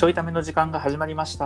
ちょいための時間が始まりました。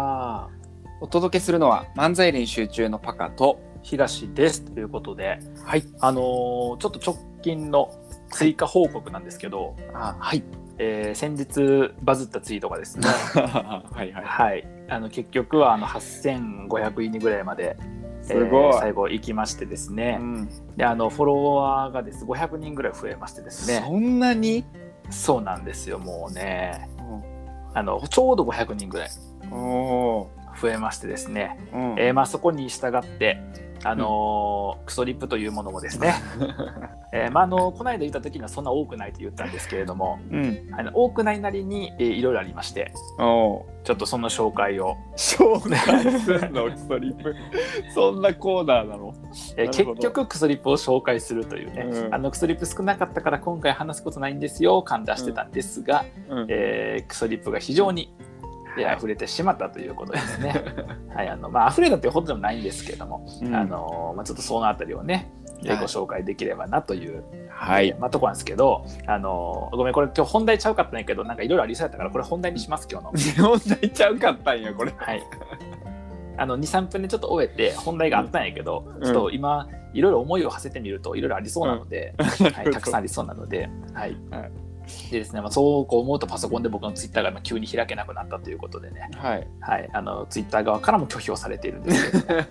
お届けするのは漫才練習中のパカと東ですということで、 はい、 ちょっと直近の追加報告なんですけど、 はい、 先日バズったツイートがですねはいはい、 はい、結局は8500いいねぐらいまで、 すごい、 最後行きましてですね、でフォロワーがです500人ぐらい増えましてですね。 そんなに？ そうなんですよ。もうね、ちょうど500人ぐらい増えましてですね、そこに従ってクソリップというものもですねこの間言った時にはそんな多くないと言ったんですけれども、多くないなりにいろいろありまして、ちょっとその紹介をすんのクソリップそんなコーナーなの？ 結局クソリップを紹介するというね、クソリップ少なかったから今回話すことないんですよ感出してたんですが、クソリップが非常に溢れてしまったということですね。はい、溢れたというほどでもないんですけれども、ちょっとそのあたりをね、ご紹介できればなという、とこなんですけど、ごめん、これ今日本題ちゃうかったんやけど、なんかいろいろありそうやったからこれ本題にします。今日の本題ちゃうかったんやこれ。 はい。2、3分でちょっと終えて本題があったんやけど、ちょっと今いろいろ思いを馳せてみるといろいろありそうなので、たくさんありそうなので、はい。でですね、そうこう思うとパソコンで僕のツイッターが急に開けなくなったということでね、ツイッター側からも拒否をされているんですけど、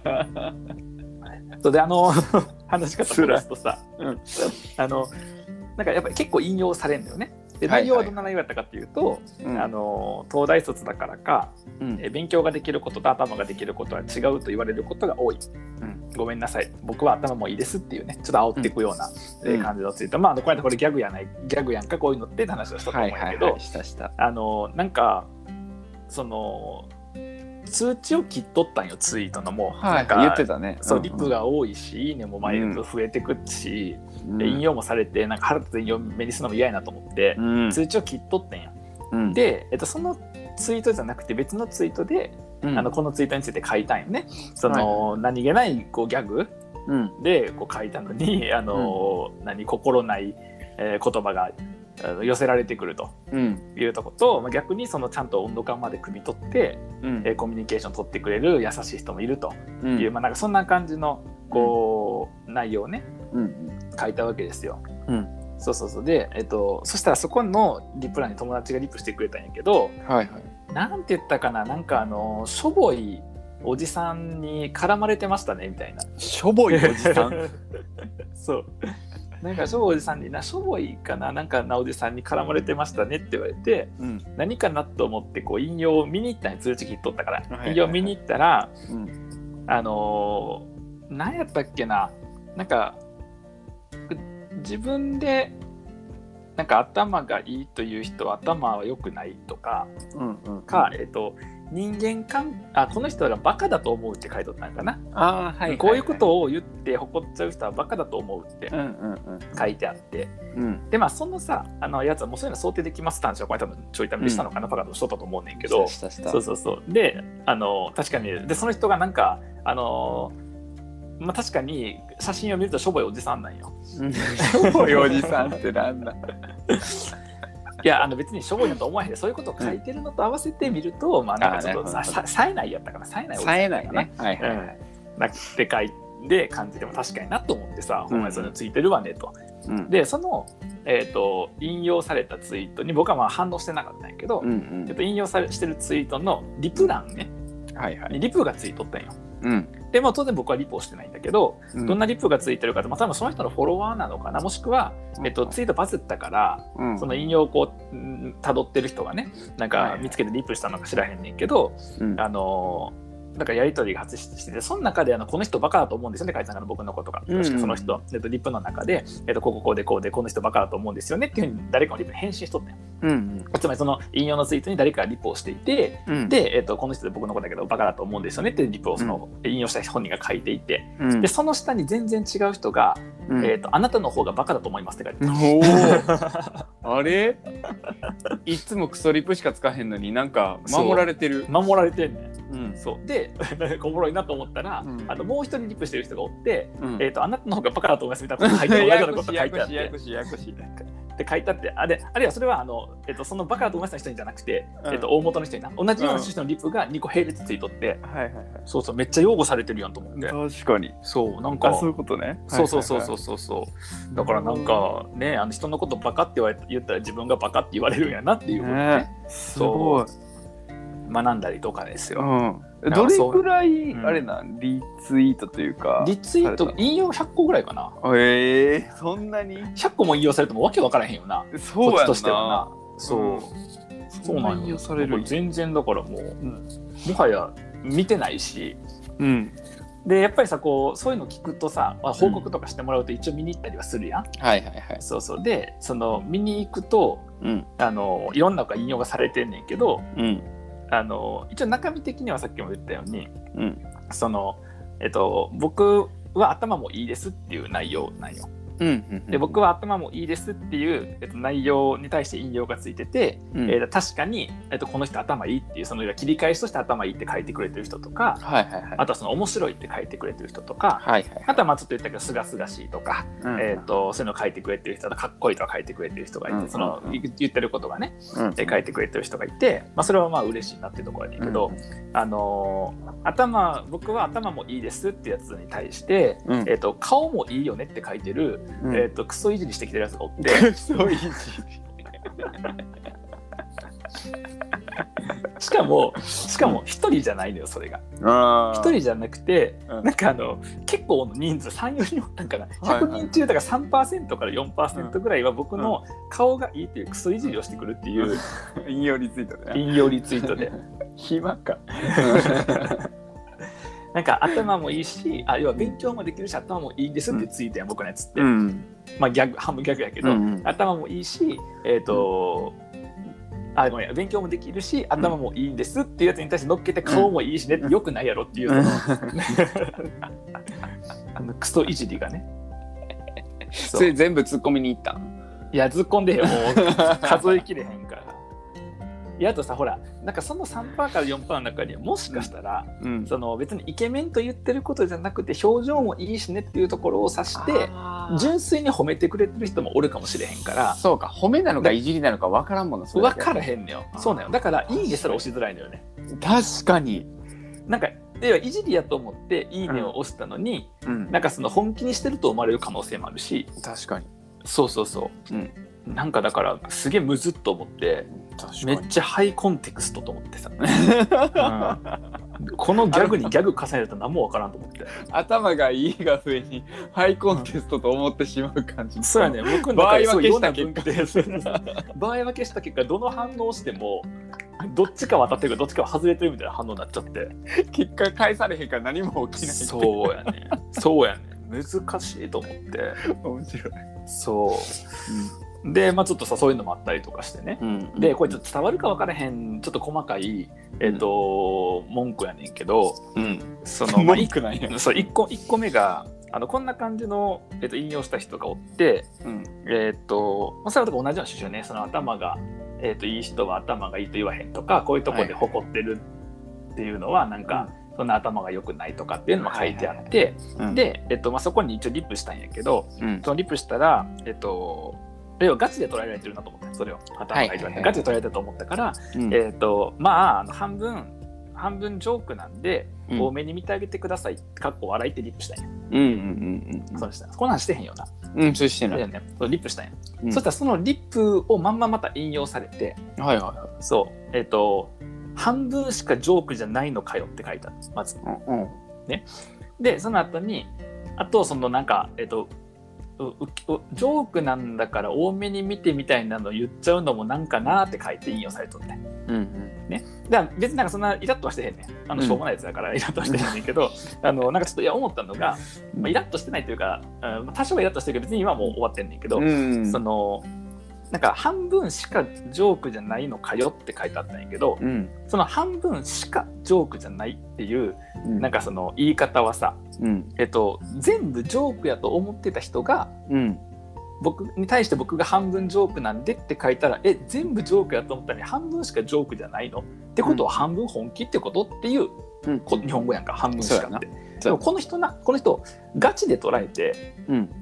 それで話し方戻すとさ、なんかやっぱり結構引用されるんだよね。で内容はどんな内容だったかっていうと、東大卒だからか、勉強ができることと頭ができることは違うと言われることが多い、ごめんなさい僕は頭もいいですっていうね、ちょっと煽っていくような感じのツイート、これこれギャグやんかこういうのって話をしたと思うんだけど、なんかその通知を切っとったんよツイートの。もうなんか言ってたね。 そうリップが多いしいいねも毎日増えてくし、引用もされてなんか腹立つ引用目にするのも嫌やなと思って、通知を切っとってんや。で、そのツイートじゃなくて別のツイートで、このツイートについて書いたんよね。その、何気ないこうギャグ、でこう書いたのに心ない言葉が寄せられてくるというとこと、逆にそのちゃんと温度感まで汲み取って、コミュニケーション取ってくれる優しい人もいるという、なんかそんな感じのこう、内容をね、書いたわけですよ。そうで、そしたらそこのリプランに友達がリプしてくれたんやけど、なんて言ったかな、なんかしょぼいおじさんに絡まれてましたねみたいな。 しょぼいおじさんそうなんかしょぼいおじさんにしょぼいかな、なんかおじさんに絡まれてましたねって言われて、何かなと思ってこう引用を見に行ったんや。通知切っとったから、引用を見に行ったら、何やったっけな、なんか自分でなんか頭がいいという人は頭は良くないとか、人間この人がバカだと思うって書いてあったんかな。こういうことを言って誇っちゃう人はバカだと思うって書いてあって、でそのさやつはもうそういうの想定できますって話をこれ多分ちょいためでしたのかな、パカとしとったと思うねんけど、そうで確かにでその人がなんか確かに写真を見るとしょぼいおじさんなんよ。 しょぼいおじさんってなんだいや別にしょぼいなと思わへんで、そういうことを書いてるのと合わせてみると、なんかちょっと冴えないやったかな、冴えないおじさんやったかな、なんかで書いて感じでも確かになと思ってさ、お前それついてるわねと。でその、引用されたツイートに僕は反応してなかったんやけど、引用してるツイートのリプ欄ね、リプがついとったんよ。でも当然僕はリプをしてないんだけど、どんなリプがついてるかって、多分その人のフォロワーなのかな、もしくは、ツイートバズったから、その引用をこう辿ってる人がね、なんか見つけてリプしたのか知らへんねんけど、だからやり取りが発生してて、その中でこの人バカだと思うんですよね、書いてたから僕のことが、確かその人、リプの中で、こうでこの人バカだと思うんですよねっていうふうに誰かのリプに返信しとったんよ。つまりその引用のツイートに誰かがリプをしていて、で、この人で僕のことだけどバカだと思うんですよねっていうリプをその引用した本人が書いていて、でその下に全然違う人が、あなたの方がバカだと思いますって書いてた。 あれいつもクソリプしかつかへんのになんか守られてる。 守られてんねん。そうでおもろいなと思ったら、もう一人リプしてる人がおって、あなたの方がバカだと思いますみたいなこと書いてあって、 って書いてあって、あるいはそれはそのバカだと思ってた人にじゃなくて、大元の人にな同じような趣旨のリプが2個並列ついとって、そうそうめっちゃ擁護されてるやんと思って。 確かに。 そうなんかそういうことね。 そうだからなんかね人のことバカって言ったら自分がバカって言われるんやなっていうことね。 すごい学んだりとかですよ。 どれくらいあれな、リツイートというかリツイート引用100個ぐらいかな。 そんなに 100個も引用されてもわけわからへんよな。 そうやんな。 としてはな。そうなんよ。 される全然だからもう、もはや見てないし、でやっぱりさそういうの聞くとさ、報告とかしてもらうと一応見に行ったりはするやん。そうで見に行くと、いろんな引用がされてんねんけど、一応中身的にはさっきも言ったように、僕は頭もいいですっていう内容なんよ。で僕は頭もいいですっていう、内容に対して引用がついてて、確かに、この人頭いいっていうその切り返しとして頭いいって書いてくれてる人とか、あとは面白いって書いてくれてる人とか、あとはちょっと言ったけどすがすがしいとか、そういうの書いてくれてる人とかっこいいとか書いてくれてる人がいて、言ってることがね、書いてくれてる人がいて、それは嬉しいなっていうところなんだけど、僕は頭もいいですってやつに対して、顔もいいよねって書いてる、クソいじりしてきてるやつがおってクソいじりしかも一人じゃないのよそれが。一人じゃなくて、なんか結構の人数 3,4 人おったんかな、100人中だから 3% から 4% ぐらいは僕の顔がいいっていうクソいじりをしてくるっていう引用リツイートで暇かなんか頭もいいし、要は勉強もできるし頭もいいんですってツイートや僕のやつって、半分ギャグやけど、頭もいいしごめん勉強もできるし頭もいいんですっていうやつに対して乗っけて顔もいいしねってよくないやろっていうクソいじりがね。 それ全部突っ込みに行った？ いや突っ込んでへん、もう数えきれへんから。いやあとさほらなんかその 3% から 4% の中にはもしかしたら、別にイケメンと言ってることじゃなくて表情もいいしねっていうところを指して純粋に褒めてくれてる人もおるかもしれへんから。 そうか、褒めなのかいじりなのか分からんもの。 分からへんのよ。そうなの。だからいいねすら押しづらいのよね。 確かに。 なんかいじりやと思っていいねを押したのに、なんか本気にしてると思われる可能性もあるし。 確かに。 なんかだからすげえむずっと思ってめっちゃハイコンテクストと思ってさ、このギャグにギャグ重ねると何もわからんと思って頭がいいが上にハイコンテストと思ってしまう感じ。 そうやね。僕の中でそういうような文化で場合分けした結果どの反応をしてもどっちかは当たってるかどっちかは外れてるみたいな反応になっちゃって結果返されへんから何も起きない。 そうやね難しいと思って。 面白い。 でちょっとさそういうのもあったりとかしてね、でこれちょっと伝わるか分からへんちょっと細かい、文句やねんけど、 文句なんや。 そう1個目がこんな感じの、引用した人がおって、それは同じような趣旨よね。頭が、いい人は頭がいいと言わへんとかこういうところで誇ってるっていうのはなんか、そんな頭が良くないとかっていうのも書いてあって、で、そこに一応リップしたんやけど、そのリップしたら要はガチで捉えられてるなと思って、それを頭がいいとガチで捉えられてると思ったから、半分ジョークなんで、多めに見てあげてくださいかっこ笑いってリップしたんや。そうした。こんなんしてへんよな。 そうしてない。 リップしたんや。そしたらそのリップをまた引用されて、半分しかジョークじゃないのかよって書いてあるまず。ね。でその後になんかジョークなんだから多めに見てみたいなの言っちゃうのもなんかなって書いて引用されとって、ね。だから別になんかそんなイラッとはしてへんねん。しょうもないやつだからイラッとはしてへんねんけど、なんかちょっと思ったのが、イラッとしてないというか、多少はイラッとしてるけど別に今はもう終わってんねんけど、なんか半分しかジョークじゃないのかよって書いてあったんやけど、その半分しかジョークじゃないっていう、なんかその言い方はさ、全部ジョークやと思ってた人が、僕に対して僕が半分ジョークなんでって書いたら全部ジョークやと思ったのに半分しかジョークじゃないのってことは半分本気ってことっていう、日本語やんか半分しかって。でもこの人ガチで捉えて、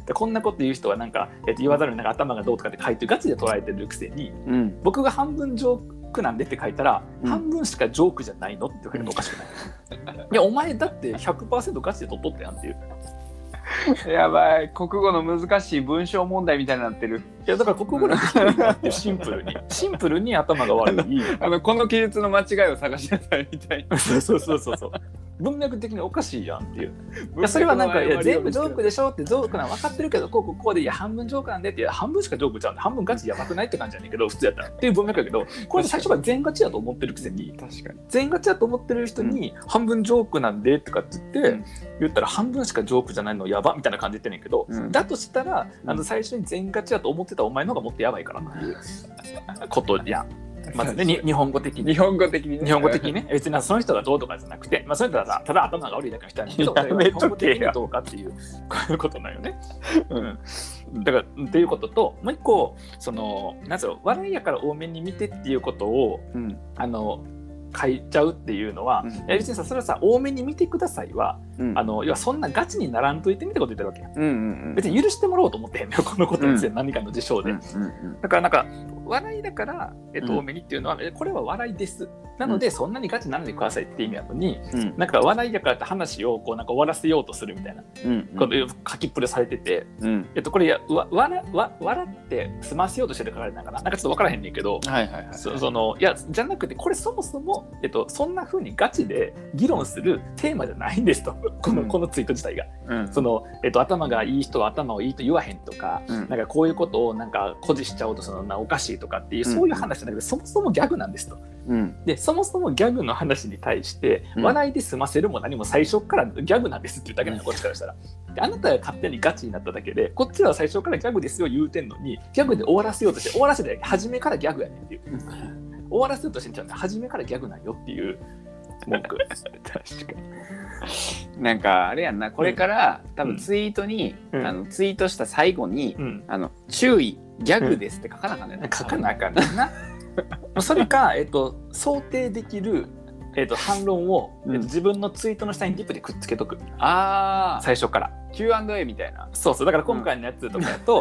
でこんなこと言う人はなんか、言わざるになんか頭がどうとかって書いてガチで捉えてるくせに、僕が半分ジョークなんでって書いたら、半分しかジョークじゃないのって言われるのおかしくない？いやお前だって 100% ガチで取っとったやんっていう。 やばい、国語の難しい文章問題みたいになってる。 いやだから国語力低いなってシンプルに頭が悪いこの記述の間違いを探しなさいみたいな。 そう文脈的におかしいやんっていう。いやそれはなんかいや全部ジョークでしょって、ジョークなん分かってるけどこうでいや半分ジョークなんでって、いや半分しかジョークちゃうんで半分ガチやばくないって感じやねんけど普通やったらっていう文脈やけど、これ最初から全ガチやと思ってるくせに、 確かに全ガチやと思ってる人に半分ジョークなんでとかって言ったら半分しかジョークじゃないのやばみたいな感じで言ってんねんけど、だとしたら最初に全ガチやと思ってたお前の方がもっとやばいからっていうことやん。まずね、日本語的にね、別にその人がどうとかじゃなくて、その人はただ頭が悪いだけの人なんだけど、日本語的にどうかっていうこういうことなんよね。だからっていうことと、もう一個なんつうの、笑いやから多めに見てっていうことを、書いちゃうっていうのは、別にさそれはさ多めに見てくださいは、要はそんなガチにならんといてみたいなこと言ってるわけや、別に許してもらおうと思ってへんのよこのことについて何かの事象で、だからなんか笑いだから、多めにっていうのはこれは笑いですなので、そんなにガチにならないでくださいって意味なのに、なんか笑いだからって話をこうなんか終わらせようとするみたいなこと書きっぷりされてて、これ笑って済ませようとしてるからなんかちょっと分からへんねんけど、いやじゃなくてこれそもそも、そんな風にガチで議論するテーマじゃないんですとこのツイート自体が、頭がいい人は頭をいいと言わへんとか、なんかこういうことをなんか誇示しちゃおうとするのはおかしいとかっていう、そういう話じゃなくてそもそもギャグなんですと。でそもそもギャグの話に対して、笑いで済ませるも何も最初からギャグなんですっていうだけなのこっちからしたら。であなたが勝手にガチになっただけで、こっちは最初からギャグですよ言うてんのに、ギャグで終わらせようとして終わらせて初めからギャグやねんっていう、終わらせようとしてんちゃうねん、初めからギャグなんよっていう文句。確かになんかあれやんな、これから、多分ツイートに、ツイートした最後に、注意ギャグですって書かなあかんねんな。 書かなあかんねんな。それか、想定できる、反論を、自分のツイートの下にリプでくっつけとく。最初から Q&A みたいな。 そうだから今回のやつとかだと、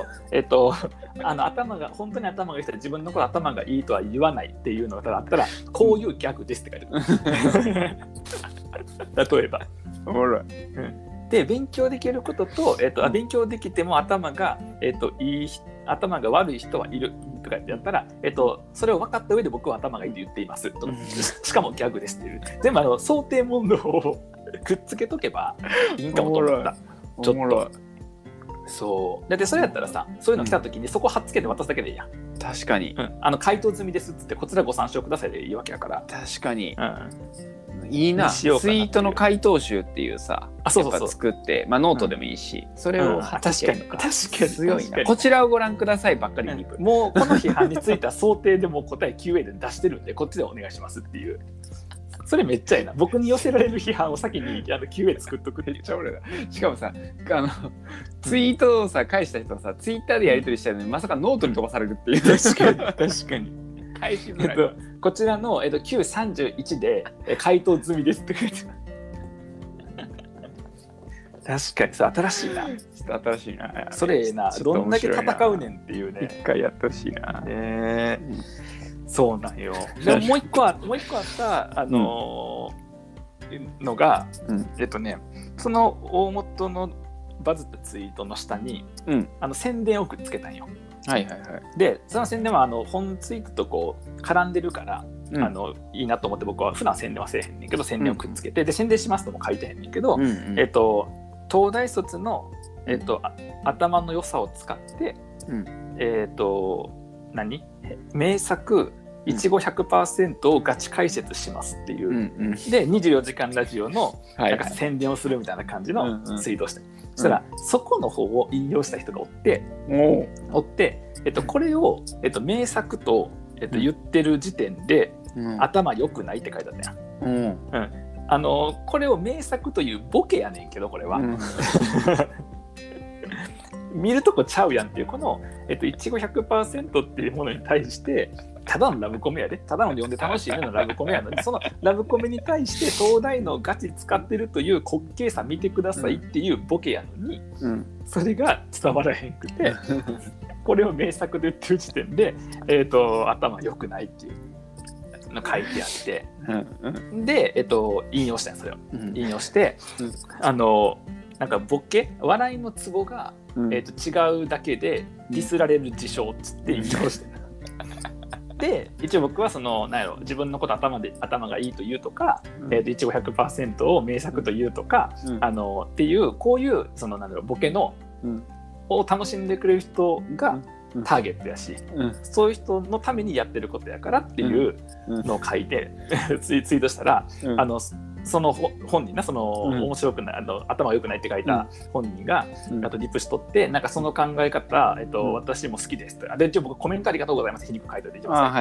本当に頭がいい人は自分のこと頭がいいとは言わないっていうのがあったら、こういうギャグですって書いてある。例えばおもろい。 で勉強できることと、勉強できても頭が、頭が悪い人はいるとかやったら、それを分かった上で僕は頭がいいと言っていますと、しかもギャグですっていう、全部想定問答をくっつけとけばいいんかもと思った。ちょっとそうだって、それやったらさ、そういうの来た時にそこ貼っつけて渡すだけでいいやん。 確かに、 回答済みですっつってこちらご参照くださいでいいわけやから。 確かに、いいな。ツイートの回答集っていうさ、作って、ノートでもいいし、それを確かに強いな。こちらをご覧くださいばっかりに、 もうこの批判については想定でも答え QA で出してるんでこっちでお願いしますっていう。それめっちゃいいな。僕に寄せられる批判を先にQA で作っとくっていう。 めっちゃ俺だ。しかもさ、ツイートをさ返した人はさ、ツイッターでやり取りしたのにまさかノートに飛ばされるっていう。 確かに返しづらい。こちらの、Q31 で回答済みですって書いてある。確かにさ、新しいな。 ちょっと新しいな。 それええな。どんだけ戦うねんっていうね。 一回やってほしいな。 そうなんよ。でももう一個あったのが、その大元のバズったツイートの下に、宣伝をくっつけたんよ。でその宣伝は本ツイートとこう絡んでるから、いいなと思って、僕は普段宣伝はせえへんねんけど、宣伝をくっつけて、で宣伝しますとも書いてへんねんけど、東大卒の、頭の良さを使って、名作いちご 100% をガチ解説しますっていう、で24時間ラジオのなんか宣伝をするみたいな感じのツイートをして、そしたらそこの方を引用した人がおって、これを、名作と、言ってる時点で、頭良くないって書いてあったやん。これを名作というボケやねんけど、これは、見るとこちゃうやんっていう、このいちご 100% っていうものに対してただのラブコメやで、ただの読んで楽しいのラブコメやのに、そのラブコメに対して東大のガチ使ってるという滑稽さ見てくださいっていうボケやのに、それが伝わらへんくてこれを名作で言ってる時点で、頭良くないっていうの書いてあって、で、引用したんやそれを、引用して、なんかボケ笑いのツボが、違うだけでディスられる事象っつって引用してるで一応僕はそのなんやろ自分のこと頭がいいと言うとか、いちご 100% を名作と言うとか、っていうこういうそのなんだろうボケの、を楽しんでくれる人がターゲットやし、そういう人のためにやってることやからっていうのを書いて、ツイートしたら、その本人なその、面白くない頭が良くないって書いた本人が、あとリプしとってなんかその考え方、私も好きですとで一応僕コメントありがとうございます皮肉書いておいていきます、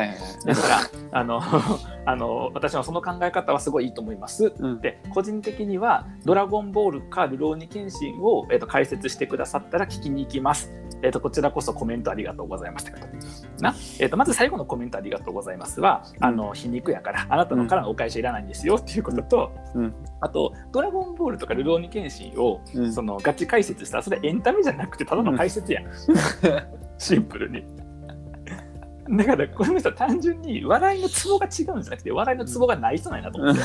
だから私もその考え方はすごいいいと思います、で個人的にはドラゴンボールかルローニケンシンを、解説してくださったら聞きに行きます、こちらこそコメントありがとうございますって書いてな、まず最後のコメントありがとうございますは、皮肉やからあなたのからのお返しいらないんですよっていうことと、あとドラゴンボールとかルローニケンシンを、そのガチ解説したらそれエンタメじゃなくてただの解説やん、シンプルにだからこの人は単純に笑いのツボが違うんじゃなくて笑いのツボがない人なんやなと思って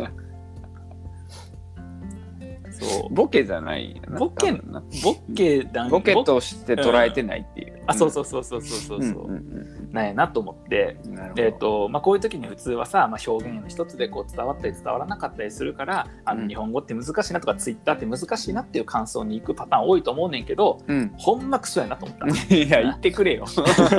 そうボケじゃないボケとして捉えてないっていう、 そうなんやなと思って、こういう時に普通はさ、表現の一つでこう伝わったり伝わらなかったりするから、日本語って難しいなとかツイッターって難しいなっていう感想に行くパターン多いと思うねんけど、ほんまクソやなと思ったいや言ってくれよ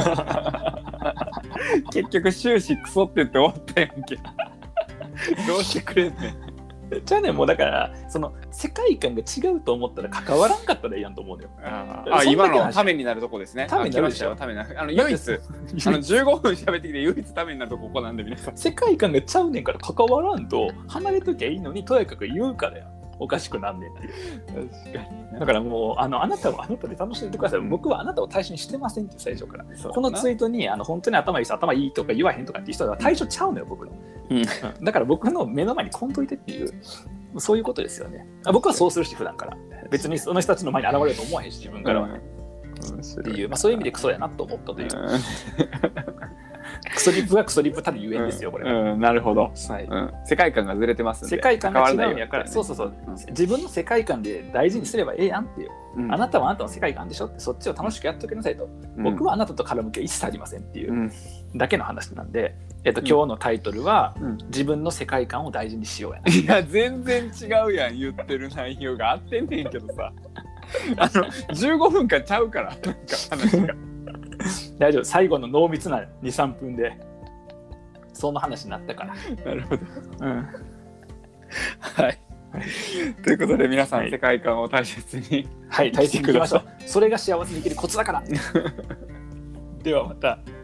結局終始クソって言って終わったやんけどうしてくれんねんじゃあねもうだからその世界観が違うと思ったら関わらんかったらいいやんと思うのよ。 今のためになるとこですね。 ためになるでしょ。 唯一15分喋ってきて唯一ためになるとこなんで皆さん。 世界観がちゃうねんから関わらんと離れときゃいいのにとやかく言うからや。おかしくなんねんっていう。確かに。だからもうあなたはあなたで楽しんでください。僕はあなたを対象にしてませんって最初から。このツイートに本当に頭いいとか言わへんとかっていう人は対象ちゃうのよ僕の。だから僕の目の前にこんといてっていうそういうことですよね。僕はそうするし普段から別にその人たちの前に現れると思わへんし自分からは、っていう、そういう意味でクソやなと思ったという。クソリップがクソリップたるゆえんですよこれは。 なるほど、はい、世界観がずれてますんで世界観が違うんやから、そう、自分の世界観で大事にすればええやんっていう、あなたはあなたの世界観でしょってそっちを楽しくやっておきなさいと、僕はあなたと絡む気は一切ありませんっていうだけの話なんで、今日のタイトルは、自分の世界観を大事にしようやな。 いや全然違うやん言ってる内容が合ってんねんけどさ15分間ちゃうからなんか話が大丈夫、最後の濃密な 2,3 分でその話になったから。 なるほど、はいということで皆さん、世界観を大切に大切にいきましょう。それが幸せに生きるコツだからではまた。